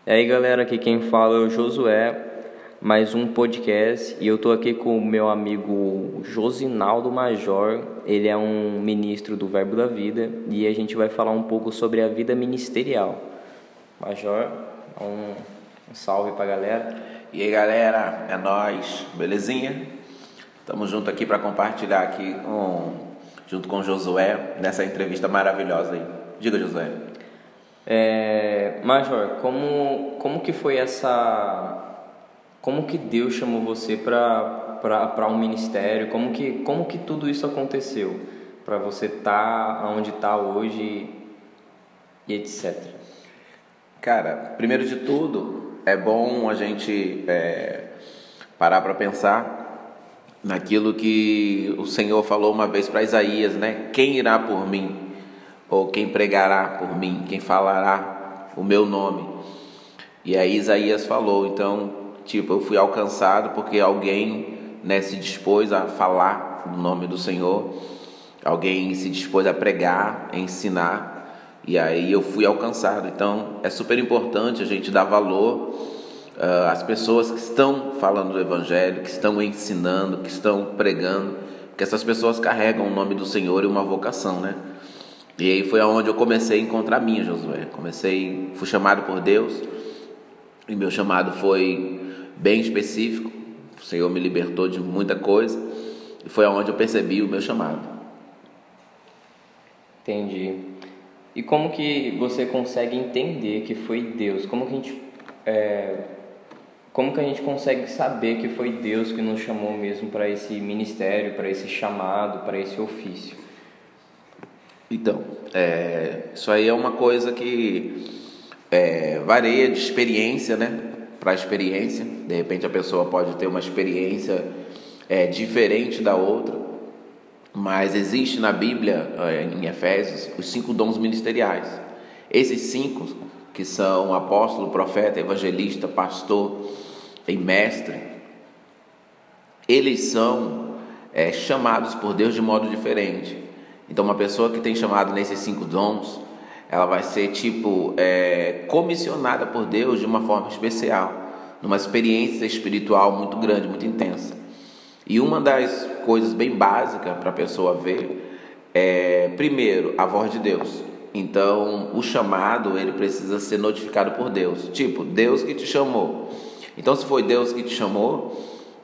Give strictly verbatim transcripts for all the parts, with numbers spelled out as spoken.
E aí galera, aqui quem fala é o Josué, mais um podcast, e eu tô aqui com o meu amigo Josinaldo Major. Ele é um ministro do Verbo da Vida e a gente vai falar um pouco sobre a vida ministerial. Major, um, um salve pra galera. E aí galera, é nóis, belezinha? Estamos juntos aqui para compartilhar aqui com, junto com o Josué nessa entrevista maravilhosa aí. Diga, Josué. É, Major, como, como que foi essa... Como que Deus chamou você para um ministério? Como que, como que tudo isso aconteceu? Para você estar tá onde está hoje e etcétera. Cara, primeiro de tudo, é bom a gente é, parar para pensar naquilo que o Senhor falou uma vez para Isaías, né? Quem irá por mim? Ou quem pregará por mim? Quem falará o meu nome? E aí Isaías falou, então, tipo, eu fui alcançado porque alguém, né, se dispôs a falar no nome do Senhor, alguém se dispôs a pregar, a ensinar, e aí eu fui alcançado. Então é super importante a gente dar valor uh, às pessoas que estão falando do Evangelho, que estão ensinando, que estão pregando, porque essas pessoas carregam o nome do Senhor e uma vocação, né? E aí foi aonde eu comecei a encontrar a minha, Josué. Comecei, fui chamado por Deus, e meu chamado foi bem específico. O Senhor me libertou de muita coisa, e foi aonde eu percebi o meu chamado. Entendi. E como que você consegue entender que foi Deus? Como que a gente, é, como que a gente consegue saber que foi Deus que nos chamou mesmo para esse ministério, para esse chamado, para esse ofício? Então, é, isso aí é uma coisa que é, varia de experiência, né, para experiência. De repente a pessoa pode ter uma experiência é, diferente da outra, mas existe na Bíblia, é, em Efésios, os cinco dons ministeriais. Esses cinco, que são apóstolo, profeta, evangelista, pastor e mestre, eles são é, chamados por Deus de modo diferente. Então uma pessoa que tem chamado nesses cinco dons, ela vai ser tipo é, comissionada por Deus de uma forma especial, numa experiência espiritual muito grande, muito intensa. E uma das coisas bem básicas para a pessoa ver é, primeiro, a voz de Deus. Então o chamado, ele precisa ser notificado por Deus, tipo, Deus que te chamou. Então se foi Deus que te chamou,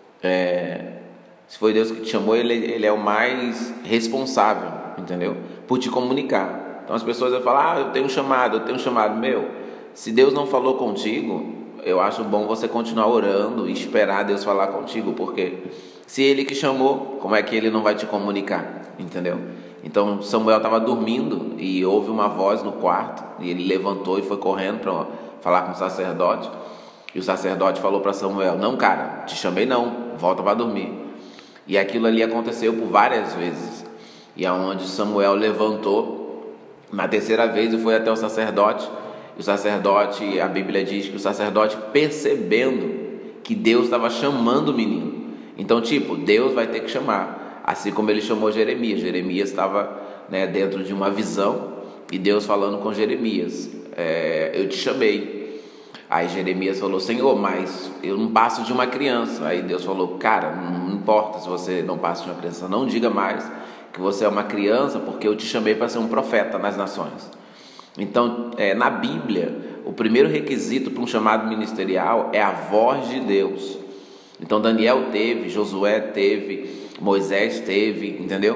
é, se foi Deus que te chamou, ele, ele é o mais responsável, entendeu? Por te comunicar. Então as pessoas vão falar, ah, eu tenho um chamado, eu tenho um chamado. Meu, se Deus não falou contigo, eu acho bom você continuar orando e esperar Deus falar contigo, porque se Ele que chamou, como é que Ele não vai te comunicar, entendeu? Então Samuel estava dormindo e houve uma voz no quarto, e ele levantou e foi correndo para falar com o sacerdote, e o sacerdote falou para Samuel, não cara, te chamei não, volta para dormir. E aquilo ali aconteceu por várias vezes, e aonde Samuel levantou na terceira vez e foi até o sacerdote, e o sacerdote, a Bíblia diz que o sacerdote, percebendo que Deus estava chamando o menino, então tipo, Deus vai ter que chamar, assim como ele chamou Jeremias. Jeremias estava, né, dentro de uma visão, e Deus falando com Jeremias, é, eu te chamei. Aí Jeremias falou, Senhor, mas eu não passo de uma criança. Aí Deus falou, cara, não importa se você não passa de uma criança, não diga mais que você é uma criança, porque eu te chamei para ser um profeta nas nações. Então, é, na Bíblia, o primeiro requisito para um chamado ministerial é a voz de Deus. Então Daniel teve, Josué teve, Moisés teve, entendeu?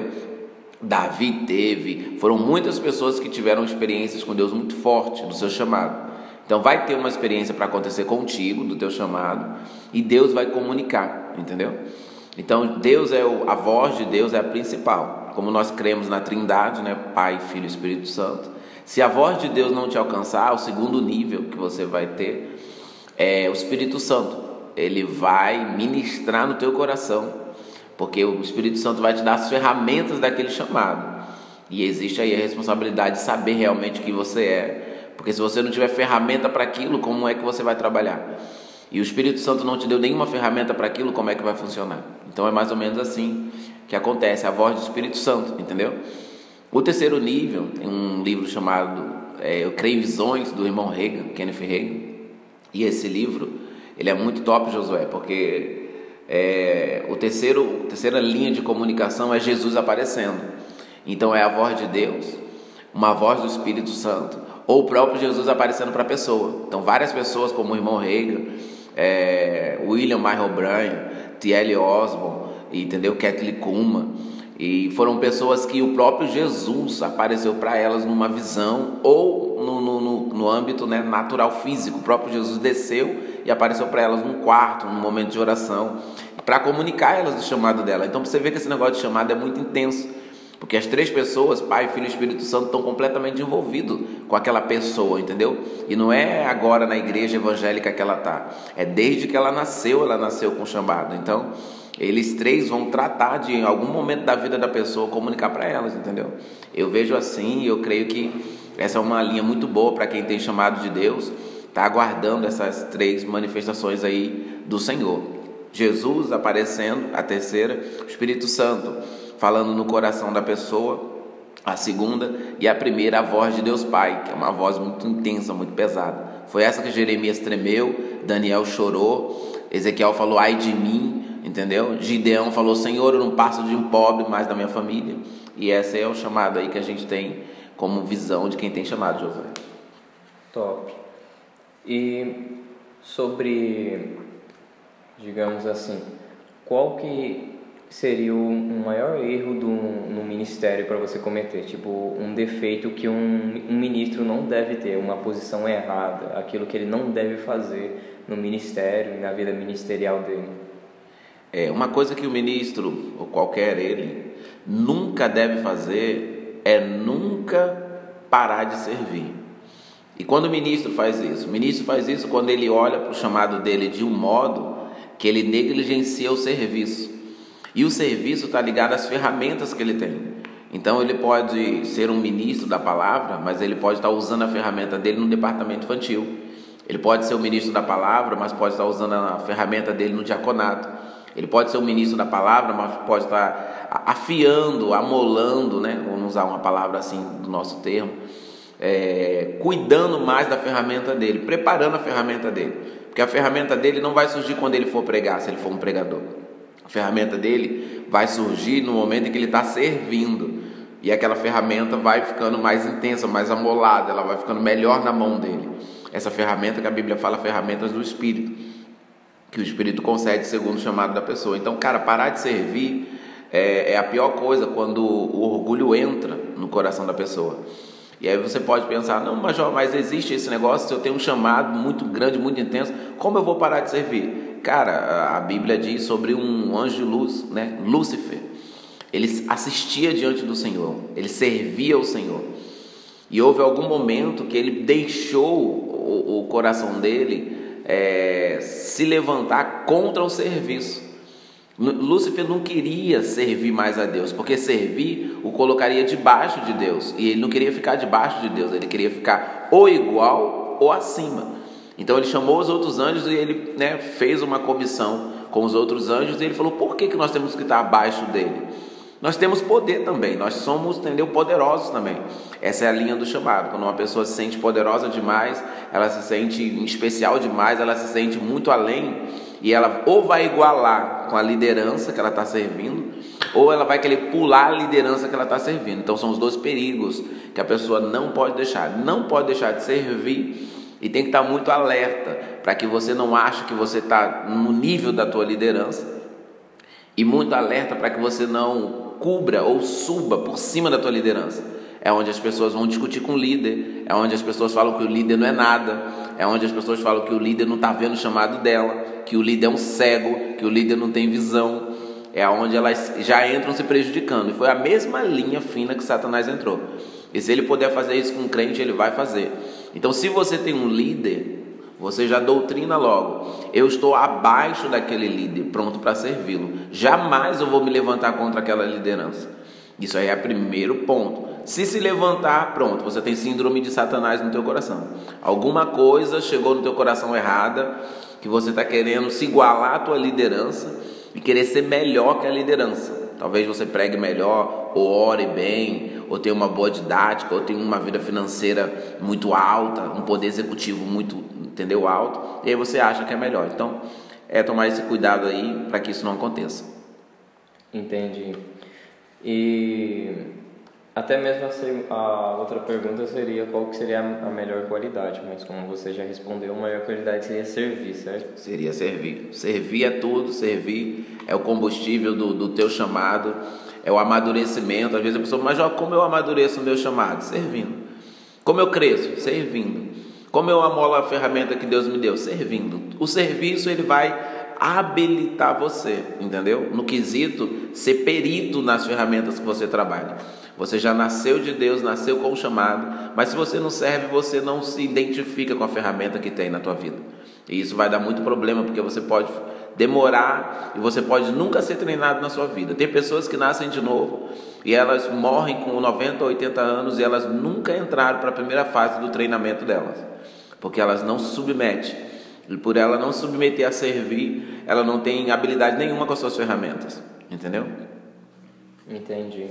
Davi teve, foram muitas pessoas que tiveram experiências com Deus muito fortes do seu chamado. Então vai ter uma experiência para acontecer contigo, do teu chamado, e Deus vai comunicar, entendeu? Então Deus é o, a voz de Deus é a principal. Como nós cremos na Trindade, né? Pai, Filho e Espírito Santo. Se a voz de Deus não te alcançar, o segundo nível que você vai ter é o Espírito Santo. Ele vai ministrar no teu coração, porque o Espírito Santo vai te dar as ferramentas daquele chamado. E existe aí a responsabilidade de saber realmente quem você é, porque se você não tiver ferramenta para aquilo, como é que você vai trabalhar? E o Espírito Santo não te deu nenhuma ferramenta para aquilo, como é que vai funcionar? Então é mais ou menos assim que acontece, a voz do Espírito Santo, entendeu? O terceiro nível, tem um livro chamado é, Eu Creio em Visões, do irmão Reagan, Kenneth Reagan. E esse livro, ele é muito top, Josué, porque é, o terceiro, a terceira linha de comunicação é Jesus aparecendo. Então é a voz de Deus, uma voz do Espírito Santo, ou o próprio Jesus aparecendo para a pessoa. Então várias pessoas, como o irmão Reagan, é, William Martin O'Brien, T L Osborne, entendeu? Kathleen Kuhlman, e foram pessoas que o próprio Jesus apareceu para elas numa visão ou no, no, no, no âmbito, né, natural físico. O próprio Jesus desceu e apareceu para elas num quarto, num momento de oração, para comunicar elas do chamado dela. Então você vê que esse negócio de chamado é muito intenso, porque as três pessoas, Pai, Filho e Espírito Santo, estão completamente envolvidos com aquela pessoa, entendeu? E não é agora na igreja evangélica que ela está, é desde que ela nasceu, ela nasceu com chamado. Então eles três vão tratar de, em algum momento da vida da pessoa, comunicar para elas, entendeu? Eu vejo assim, eu creio que essa é uma linha muito boa para quem tem chamado de Deus, está aguardando essas três manifestações aí do Senhor. Jesus aparecendo, a terceira, o Espírito Santo falando no coração da pessoa, a segunda, e a primeira, a voz de Deus Pai, que é uma voz muito intensa, muito pesada. Foi essa que Jeremias tremeu, Daniel chorou, Ezequiel falou, ai de mim, entendeu? Gideão falou, Senhor, eu não passo de um pobre mais da minha família. E esse é o chamado aí que a gente tem como visão de quem tem chamado, Josué. Top. E sobre, digamos assim, qual que seria o maior erro do, no ministério para você cometer? Tipo, um defeito que um, um ministro não deve ter, uma posição errada, aquilo que ele não deve fazer no ministério e na vida ministerial dele. É, uma coisa que o ministro, ou qualquer ele, nunca deve fazer é nunca parar de servir. E quando o ministro faz isso? O ministro faz isso quando ele olha para o chamado dele de um modo que ele negligencia o serviço. E o serviço está ligado às ferramentas que ele tem. Então ele pode ser um ministro da palavra, mas ele pode estar usando a ferramenta dele no departamento infantil. Ele pode ser o ministro da palavra, mas pode estar usando a ferramenta dele no diaconato. Ele pode ser o ministro da palavra, mas pode estar afiando, amolando, né? Vamos usar uma palavra assim do nosso termo, é, cuidando mais da ferramenta dele, preparando a ferramenta dele. Porque a ferramenta dele não vai surgir quando ele for pregar, se ele for um pregador. A ferramenta dele vai surgir no momento em que ele está servindo. E aquela ferramenta vai ficando mais intensa, mais amolada, ela vai ficando melhor na mão dele. Essa ferramenta que a Bíblia fala, ferramentas do Espírito, que o Espírito concede segundo o chamado da pessoa. Então, cara, parar de servir é, é a pior coisa quando o orgulho entra no coração da pessoa. E aí você pode pensar, não, Major, mas existe esse negócio, se eu tenho um chamado muito grande, muito intenso, como eu vou parar de servir? Cara, a Bíblia diz sobre um anjo de luz, né? Lúcifer. Ele assistia diante do Senhor, ele servia ao Senhor. E houve algum momento que ele deixou o, o coração dele é, se levantar contra o serviço. Lúcifer não queria servir mais a Deus, porque servir o colocaria debaixo de Deus. E ele não queria ficar debaixo de Deus, ele queria ficar ou igual ou acima. Então ele chamou os outros anjos e ele, né, fez uma comissão com os outros anjos. E ele falou, por que, que nós temos que estar abaixo dele? Nós temos poder também, nós somos, entendeu, poderosos também. Essa é a linha do chamado. Quando uma pessoa se sente poderosa demais, ela se sente especial demais, ela se sente muito além, e ela ou vai igualar com a liderança que ela está servindo, ou ela vai querer pular a liderança que ela está servindo. Então são os dois perigos que a pessoa não pode deixar. Não pode deixar de servir e tem que estar muito alerta para que você não ache que você está no nível da tua liderança, e muito alerta para que você não cubra ou suba por cima da tua liderança. É onde as pessoas vão discutir com o líder, é onde as pessoas falam que o líder não é nada, é onde as pessoas falam que o líder não está vendo o chamado dela, que o líder é um cego, que o líder não tem visão. É onde elas já entram se prejudicando. E foi a mesma linha fina que Satanás entrou. E se ele puder fazer isso com um crente, ele vai fazer. Então, se você tem um líder, você já doutrina logo, eu estou abaixo daquele líder, pronto para servi-lo. Jamais eu vou me levantar contra aquela liderança. Isso aí é o primeiro ponto. Se se levantar, pronto, você tem síndrome de Satanás no teu coração. Alguma coisa chegou no teu coração errada, que você está querendo se igualar à tua liderança e querer ser melhor que a liderança. Talvez você pregue melhor, ou ore bem, ou tenha uma boa didática, ou tenha uma vida financeira muito alta, um poder executivo muito, entendeu, alto, e aí você acha que é melhor. Então, é tomar esse cuidado aí para que isso não aconteça. Entendi. E até mesmo assim, a outra pergunta seria qual que seria a melhor qualidade, mas como você já respondeu, a maior qualidade seria servir, certo? Seria servir. Servir é tudo, servir é o combustível do, do teu chamado, é o amadurecimento. Às vezes a pessoa, mas ó, como eu amadureço o meu chamado? Servindo. Como eu cresço? Servindo. Como eu amolo a ferramenta que Deus me deu? Servindo. O serviço, ele vai habilitar você, entendeu? No quesito, ser perito nas ferramentas que você trabalha. Você já nasceu de Deus, nasceu com o chamado, mas se você não serve, você não se identifica com a ferramenta que tem na tua vida. E isso vai dar muito problema, porque você pode demorar e você pode nunca ser treinado na sua vida. Tem pessoas que nascem de novo e elas morrem com noventa, oitenta anos e elas nunca entraram para a primeira fase do treinamento delas, porque elas não se submetem. E por ela não se submeter a servir, ela não tem habilidade nenhuma com as suas ferramentas. Entendeu? Entendi.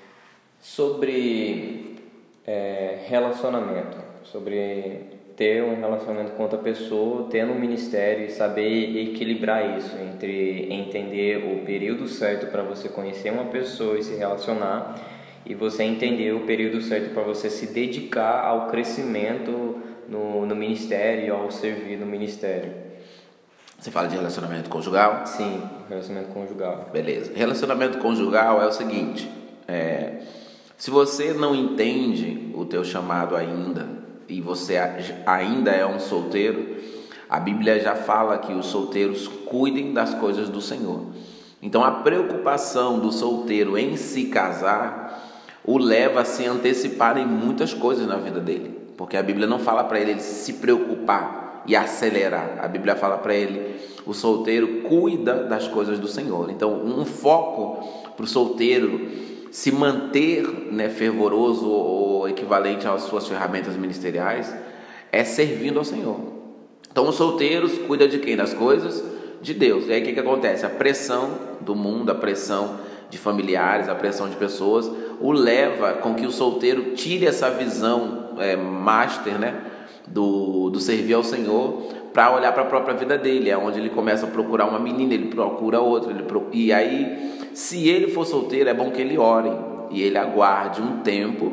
Sobre é, relacionamento, sobre ter um relacionamento com outra pessoa, tendo um ministério e saber equilibrar isso entre entender o período certo para você conhecer uma pessoa e se relacionar, e você entender o período certo para você se dedicar ao crescimento no, no ministério e ao servir no ministério. Você fala de relacionamento conjugal? Sim, relacionamento conjugal. Beleza. Relacionamento conjugal é o seguinte, é, se você não entende o teu chamado ainda, e você ainda é um solteiro, a Bíblia já fala que os solteiros cuidem das coisas do Senhor. Então a preocupação do solteiro em se casar o leva a se antecipar em muitas coisas na vida dele, porque a Bíblia não fala para ele se preocupar e acelerar. A Bíblia fala para ele, o solteiro cuida das coisas do Senhor. Então um foco para o solteiro se manter, né, fervoroso ou equivalente às suas ferramentas ministeriais é servindo ao Senhor. Então os solteiros cuidam de quem? Das coisas de Deus. E aí o que, que acontece? A pressão do mundo, a pressão de familiares, a pressão de pessoas o leva com que o solteiro tire essa visão é, master, né, do, do servir ao Senhor, para olhar para a própria vida dele. É onde ele começa a procurar uma menina, ele procura outra, ele pro... e aí, se ele for solteiro, é bom que ele ore e ele aguarde um tempo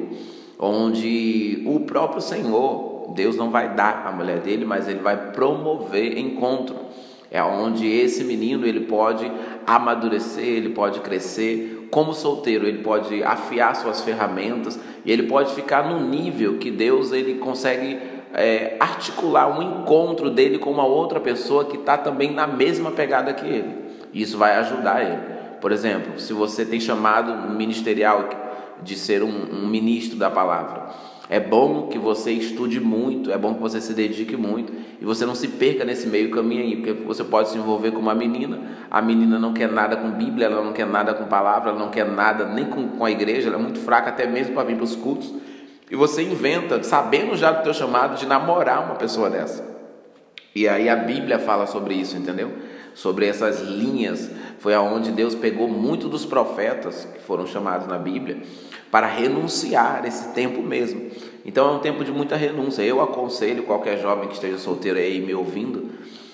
onde o próprio Senhor, Deus não vai dar a mulher dele, mas ele vai promover encontro. É onde esse menino ele pode amadurecer, ele pode crescer como solteiro, ele pode afiar suas ferramentas e ele pode ficar no nível que Deus ele consegue é, articular um encontro dele com uma outra pessoa que está também na mesma pegada que ele. Isso vai ajudar ele. Por exemplo, se você tem chamado ministerial de ser um, um ministro da palavra, é bom que você estude muito, é bom que você se dedique muito e você não se perca nesse meio caminho aí, porque você pode se envolver com uma menina, a menina não quer nada com Bíblia, ela não quer nada com palavra, ela não quer nada nem com, com a igreja, ela é muito fraca até mesmo para vir para os cultos, e você inventa, sabendo já do teu chamado, de namorar uma pessoa dessa. E aí a Bíblia fala sobre isso, entendeu? Sobre essas linhas, foi aonde Deus pegou muito dos profetas que foram chamados na Bíblia para renunciar esse tempo mesmo. Então é um tempo de muita renúncia. Eu aconselho qualquer jovem que esteja solteiro aí me ouvindo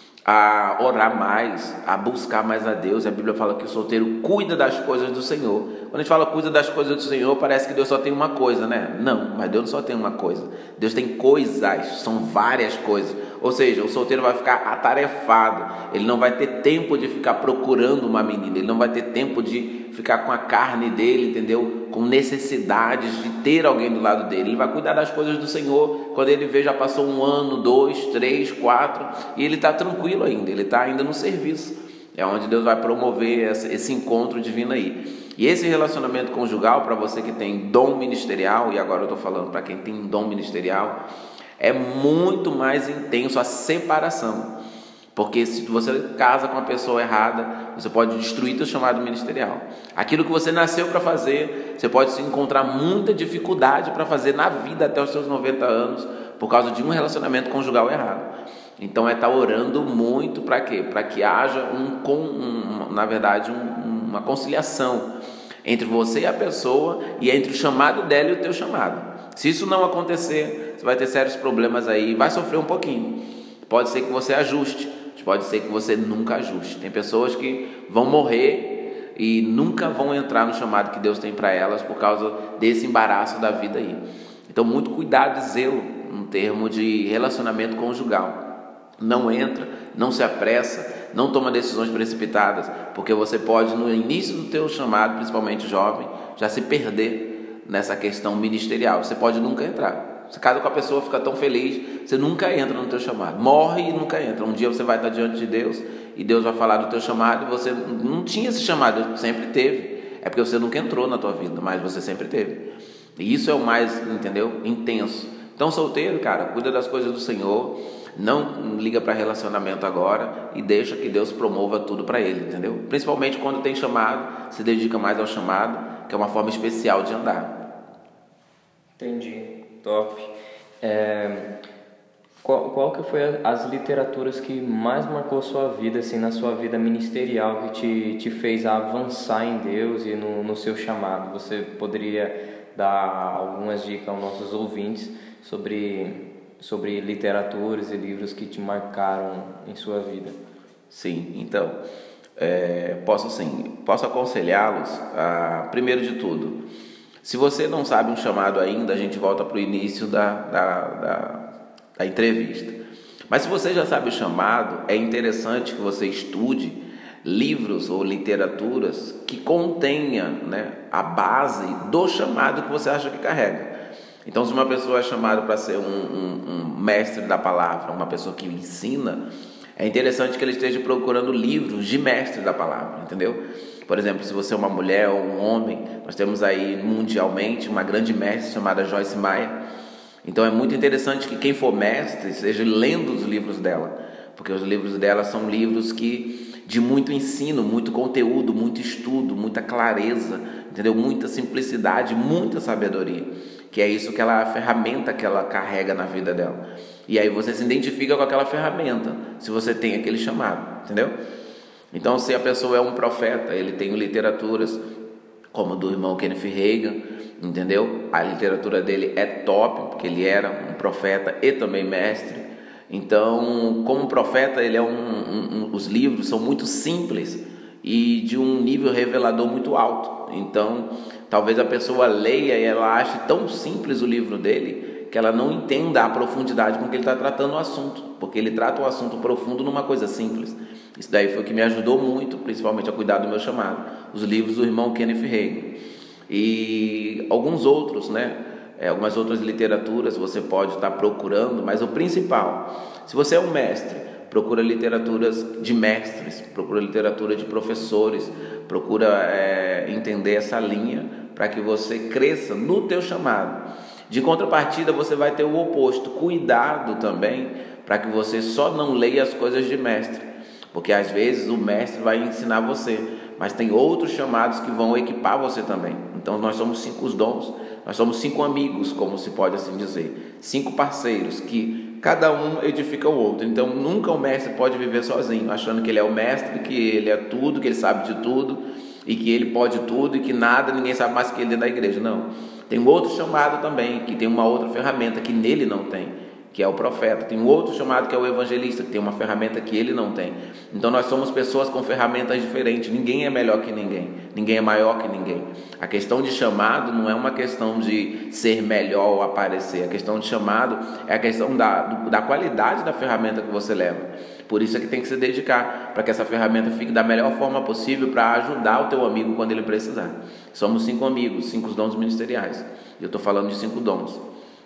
a orar mais, a buscar mais a Deus. A Bíblia fala que o solteiro cuida das coisas do Senhor. Quando a gente fala cuida das coisas do Senhor, parece que Deus só tem uma coisa, né? Não, mas Deus não só tem uma coisa. Deus tem coisas, são várias coisas. Ou seja, o solteiro vai ficar atarefado, ele não vai ter tempo de ficar procurando uma menina, ele não vai ter tempo de ficar com a carne dele, entendeu? Com necessidades de ter alguém do lado dele. Ele vai cuidar das coisas do Senhor. Quando ele vê, já passou um ano, dois, três, quatro, e ele está tranquilo ainda, ele está ainda no serviço. É onde Deus vai promover esse encontro divino aí. E esse relacionamento conjugal, para você que tem dom ministerial, e agora eu estou falando para quem tem dom ministerial, é muito mais intenso a separação, porque se você casa com uma pessoa errada, você pode destruir seu chamado ministerial. Aquilo que você nasceu para fazer, você pode se encontrar muita dificuldade para fazer na vida até os seus noventa anos, por causa de um relacionamento conjugal errado. Então é estar orando muito para quê? Para que haja um, um, na verdade um, uma conciliação entre você e a pessoa e entre o chamado dela e o teu chamado. Se isso não acontecer, você vai ter sérios problemas aí, vai sofrer um pouquinho. Pode ser que você ajuste, pode ser que você nunca ajuste. Tem pessoas que vão morrer e nunca vão entrar no chamado que Deus tem para elas por causa desse embaraço da vida aí. Então, muito cuidado e zelo no termo de relacionamento conjugal. Não entra, não se apressa, não toma decisões precipitadas, porque você pode, no início do teu chamado, principalmente jovem, já se perder nessa questão ministerial. Você pode nunca entrar. Você casa com a pessoa, fica tão feliz, você nunca entra no teu chamado. Morre e nunca entra. Um dia você vai estar diante de Deus e Deus vai falar do teu chamado e você não tinha esse chamado, sempre teve. É porque você nunca entrou na tua vida, mas você sempre teve. E isso é o mais, entendeu? Intenso. Então, solteiro, cara, cuida das coisas do Senhor, não liga para relacionamento agora e deixa que Deus promova tudo para ele, entendeu? Principalmente quando tem chamado, se dedica mais ao chamado, que é uma forma especial de andar. Entendi. Top. É, qual, qual que foi as literaturas que mais marcou sua vida, assim, na sua vida ministerial, que te, te fez avançar em Deus e no, no seu chamado? Você poderia dar algumas dicas aos nossos ouvintes sobre, sobre literaturas e livros que te marcaram em sua vida? Sim, então, é, posso sim, posso aconselhá-los a, primeiro de tudo, se você não sabe um chamado ainda, a gente volta para o início da, da, da, da entrevista. Mas se você já sabe o chamado, é interessante que você estude livros ou literaturas que contenha, né, a base do chamado que você acha que carrega. Então, se uma pessoa é chamada para ser um, um, um mestre da palavra, uma pessoa que ensina, é interessante que ele esteja procurando livros de mestre da palavra, entendeu? Por exemplo, se você é uma mulher ou um homem, nós temos aí mundialmente uma grande mestre chamada Joyce Meyer. Então é muito interessante que quem for mestre esteja lendo os livros dela, porque os livros dela são livros que de muito ensino, muito conteúdo, muito estudo, muita clareza, entendeu? Muita simplicidade, muita sabedoria, que é isso que ela, a ferramenta que ela carrega na vida dela. E aí você se identifica com aquela ferramenta, se você tem aquele chamado, entendeu? Então, se a pessoa é um profeta, ele tem literaturas como do irmão Kenneth Hagin, entendeu? A literatura dele é top, porque ele era um profeta e também mestre. Então, como profeta, ele é um, um, um, os livros são muito simples e de um nível revelador muito alto. Então, talvez a pessoa leia e ela ache tão simples o livro dele que ela não entenda a profundidade com que ele está tratando o assunto, porque ele trata o assunto profundo numa coisa simples. Isso daí foi o que me ajudou muito, principalmente a cuidar do meu chamado. Os livros do irmão Kenneth Hagin. E alguns outros, né? É, algumas outras literaturas você pode estar procurando, mas o principal, se você é um mestre, procura literaturas de mestres, procura literatura de professores, procura é, entender essa linha para que você cresça no teu chamado. De contrapartida, você vai ter o oposto, cuidado também para que você só não leia as coisas de mestre, porque às vezes o mestre vai ensinar você, mas tem outros chamados que vão equipar você também. Então nós somos cinco dons, nós somos cinco amigos, como se pode assim dizer, cinco parceiros que cada um edifica o outro. Então nunca o mestre pode viver sozinho, achando que ele é o mestre, que ele é tudo, que ele sabe de tudo e que ele pode tudo e que nada, ninguém sabe mais que ele dentro da igreja. Não, tem um outro chamado também, que tem uma outra ferramenta que nele não tem, que é o profeta. Tem um outro chamado que é o evangelista, que tem uma ferramenta que ele não tem. Então nós somos pessoas com ferramentas diferentes. Ninguém é melhor que ninguém, ninguém é maior que ninguém. A questão de chamado não é uma questão de ser melhor ou aparecer. A questão de chamado é a questão da, da qualidade da ferramenta que você leva. Por isso é que tem que se dedicar para que essa ferramenta fique da melhor forma possível para ajudar o teu amigo quando ele precisar. Somos cinco amigos, cinco dons ministeriais. Eu estou falando de cinco dons.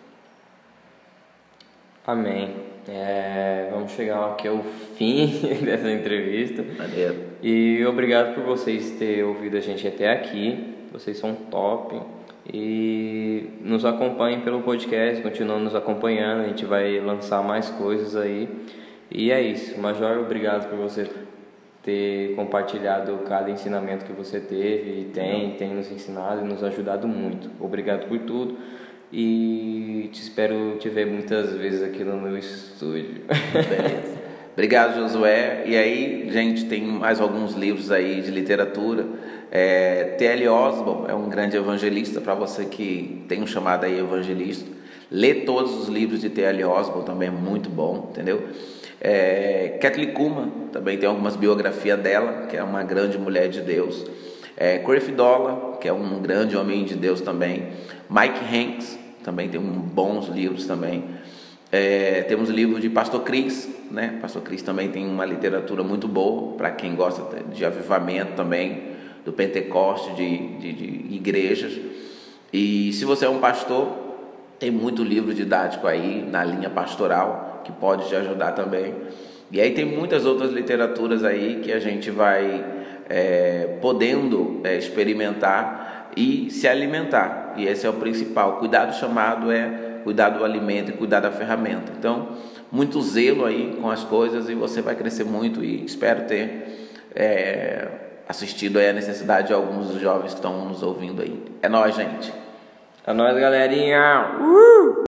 Amém. É, vamos chegar aqui ao fim dessa entrevista. Maneiro. E obrigado por vocês terem ouvido a gente até aqui. Vocês são top. E nos acompanhem pelo podcast, continuam nos acompanhando. A gente vai lançar mais coisas aí. E é isso. Major, obrigado por você ter compartilhado cada ensinamento que você teve e tem, tem nos ensinado e nos ajudado muito. Obrigado por tudo. E te espero te ver muitas vezes aqui no meu estúdio. Beleza. Obrigado, Josué. E aí, gente, tem mais alguns livros aí de literatura. É, T L Osborne é um grande evangelista, para você que tem um chamado aí evangelista. Lê todos os livros de T L Osborne, também é muito bom, entendeu? É, Kathleen Kuhlman, também tem algumas biografias dela, que é uma grande mulher de Deus. É, Creflo Dollar, que é um grande homem de Deus também. Mike Hanks, também tem um, bons livros também. É, temos o livro de Pastor Chris, né? Pastor Chris também tem uma literatura muito boa para quem gosta de avivamento também, do Pentecoste, de, de, de igrejas. E se você é um pastor, tem muito livro didático aí na linha pastoral que pode te ajudar também. E aí tem muitas outras literaturas aí que a gente vai é, podendo é, experimentar e se alimentar. E esse é o principal. Cuidar do chamado é cuidar do alimento e cuidar da ferramenta. Então, muito zelo aí com as coisas e você vai crescer muito, e espero ter é, assistido aí a necessidade de alguns dos jovens que estão nos ouvindo aí. É nóis, gente. É nóis, galerinha. Uh!